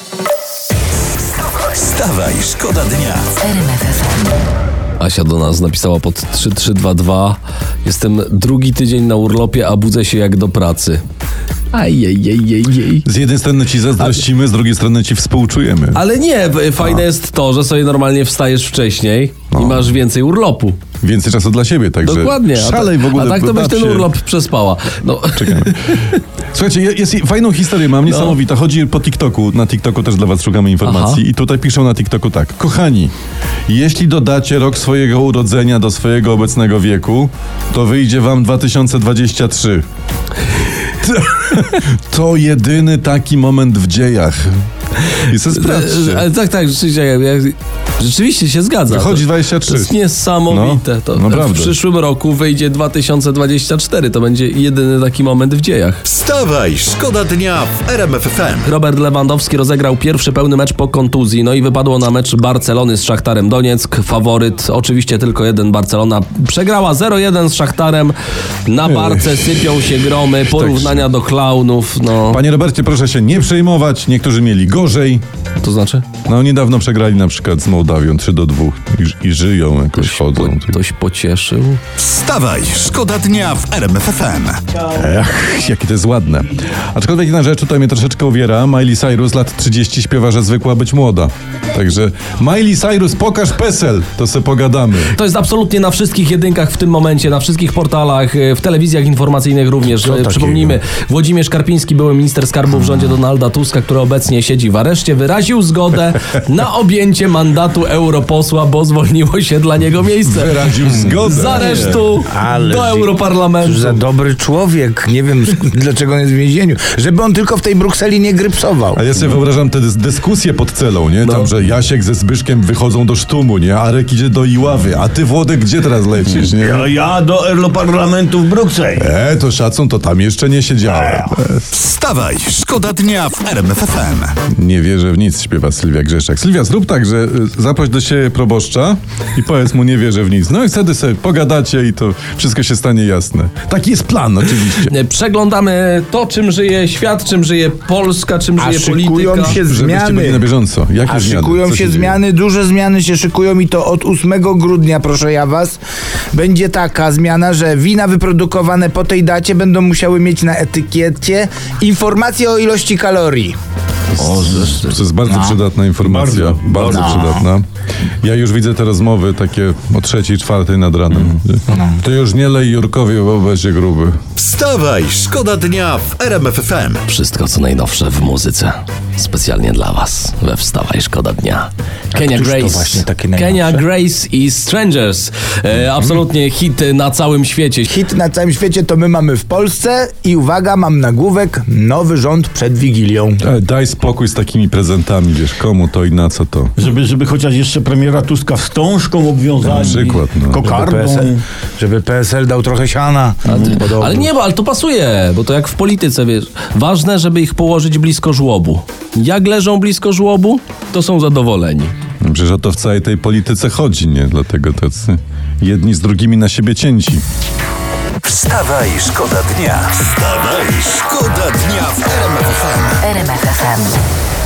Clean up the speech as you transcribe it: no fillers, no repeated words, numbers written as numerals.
Wstawaj, szkoda dnia. Asia do nas napisała pod 3322: jestem drugi tydzień na urlopie, a budzę się jak do pracy. Z jednej strony ci zazdrościmy, z drugiej strony ci współczujemy. Ale nie, fajne jest to, że sobie normalnie wstajesz wcześniej i masz więcej urlopu. Więcej czasu dla siebie, także Dokładnie. szalej w ogóle. A tak to byś ten urlop przespała. No. Czekamy. Słuchajcie, jest fajną historię mam, niesamowita. Chodzi po TikToku. Na TikToku też dla was szukamy informacji. Aha. I tutaj piszą na TikToku tak. Kochani, jeśli dodacie rok swojego urodzenia do swojego obecnego wieku, to wyjdzie wam 2023. To jedyny taki moment w dziejach. I sobie sprawdźcie. Ale tak, rzeczywiście się zgadza. Wychodzi 23. To jest niesamowite. W przyszłym roku wyjdzie 2024. To będzie jedyny taki moment w dziejach. Wstawaj, szkoda dnia w RMF FM. Robert Lewandowski rozegrał pierwszy pełny mecz po kontuzji. No i wypadło na mecz Barcelony z Szachtarem Donieck. Faworyt, oczywiście tylko jeden, Barcelona przegrała 0-1 z Szachtarem. Na Barce sypią się gromy, porównania do klaunów. No. Panie Robercie, proszę się nie przejmować. Niektórzy mieli gorzej. To znaczy? No niedawno przegrali na przykład z Mołdawią 3-2 i żyją, jakoś chodzą. Ktoś pocieszył. Wstawaj, szkoda dnia w RMF FM. Jakie to jest ładne. Aczkolwiek jedna rzecz tutaj mnie troszeczkę uwiera. Miley Cyrus lat 30 śpiewa, że zwykła być młoda. Także Miley Cyrus, pokaż PESEL, to se pogadamy. To jest absolutnie na wszystkich jedynkach w tym momencie, na wszystkich portalach, w telewizjach informacyjnych również. Przypomnijmy, Włodzimierz Karpiński, były minister skarbu w rządzie Donalda Tuska, który obecnie siedzi w areszcie, wyraził zgodę na objęcie mandatu europosła, bo zwolniło się dla niego miejsce. Wyraził zgodę. Z aresztu do Europarlamentu. Za dobry człowiek. Nie wiem, dlaczego on jest w więzieniu. Żeby on tylko w tej Brukseli nie grypsował. A ja sobie wyobrażam te dyskusje pod celą, nie? Tam, że Jasiek ze Zbyszkiem wychodzą do sztumu, nie? Arek idzie do Iławy. A ty, Włodek, gdzie teraz lecisz, nie? Ja do Europarlamentu w Brukseli. To szacun, to tam jeszcze nie siedziałem. Wstawaj, szkoda dnia w RMF FM. Nie wierzę w nic, śpiewa Sylwia Grzeszczak. Sylwia, zrób tak, że zaproś do siebie proboszcza i powiedz mu, nie wierzę w nic. No i wtedy sobie pogadacie i to wszystko się stanie jasne. Taki jest plan, oczywiście. Przeglądamy to, czym żyje świat, czym żyje Polska, czym żyje szykują polityka. się Żebyście byli na bieżąco. Jakie zmiany? Szykują Co się dzieje? zmiany, duże zmiany się szykują i to od 8 grudnia, proszę ja was, będzie taka zmiana, że wina wyprodukowane po tej dacie będą musiały mieć na etykiecie informację o ilości kalorii. To jest bardzo przydatna informacja. Bardzo przydatna. Ja już widzę te rozmowy takie o 3-4 nad ranem. To już nie lej Jurkowi, bo będzie gruby. Wstawaj, szkoda dnia w RMF FM. Wszystko co najnowsze w muzyce. Specjalnie dla was we Wstawaj, szkoda dnia. Kenya któż to Grace. właśnie takie najnowsze? Kenya Grace i Strangers. Absolutnie hit na całym świecie. Hit na całym świecie to my mamy w Polsce i uwaga, mam nagłówek, nowy rząd przed Wigilią. Daj spokój z takimi prezentami, wiesz, komu to i na co to. Żeby chociaż jeszcze premiera Tuska wstążką obwiązali. Na przykład, no. Kokardą. Żeby PSL dał trochę siana. Ale nie, ale to pasuje, bo to jak w polityce, wiesz. Ważne, żeby ich położyć blisko żłobu. Jak leżą blisko żłobu, to są zadowoleni. Przecież o to w całej tej polityce chodzi, nie? Dlatego tacy jedni z drugimi na siebie cięci. Wstawaj, szkoda dnia. Wstawaj, szkoda dnia w RMF FM. RMF FM.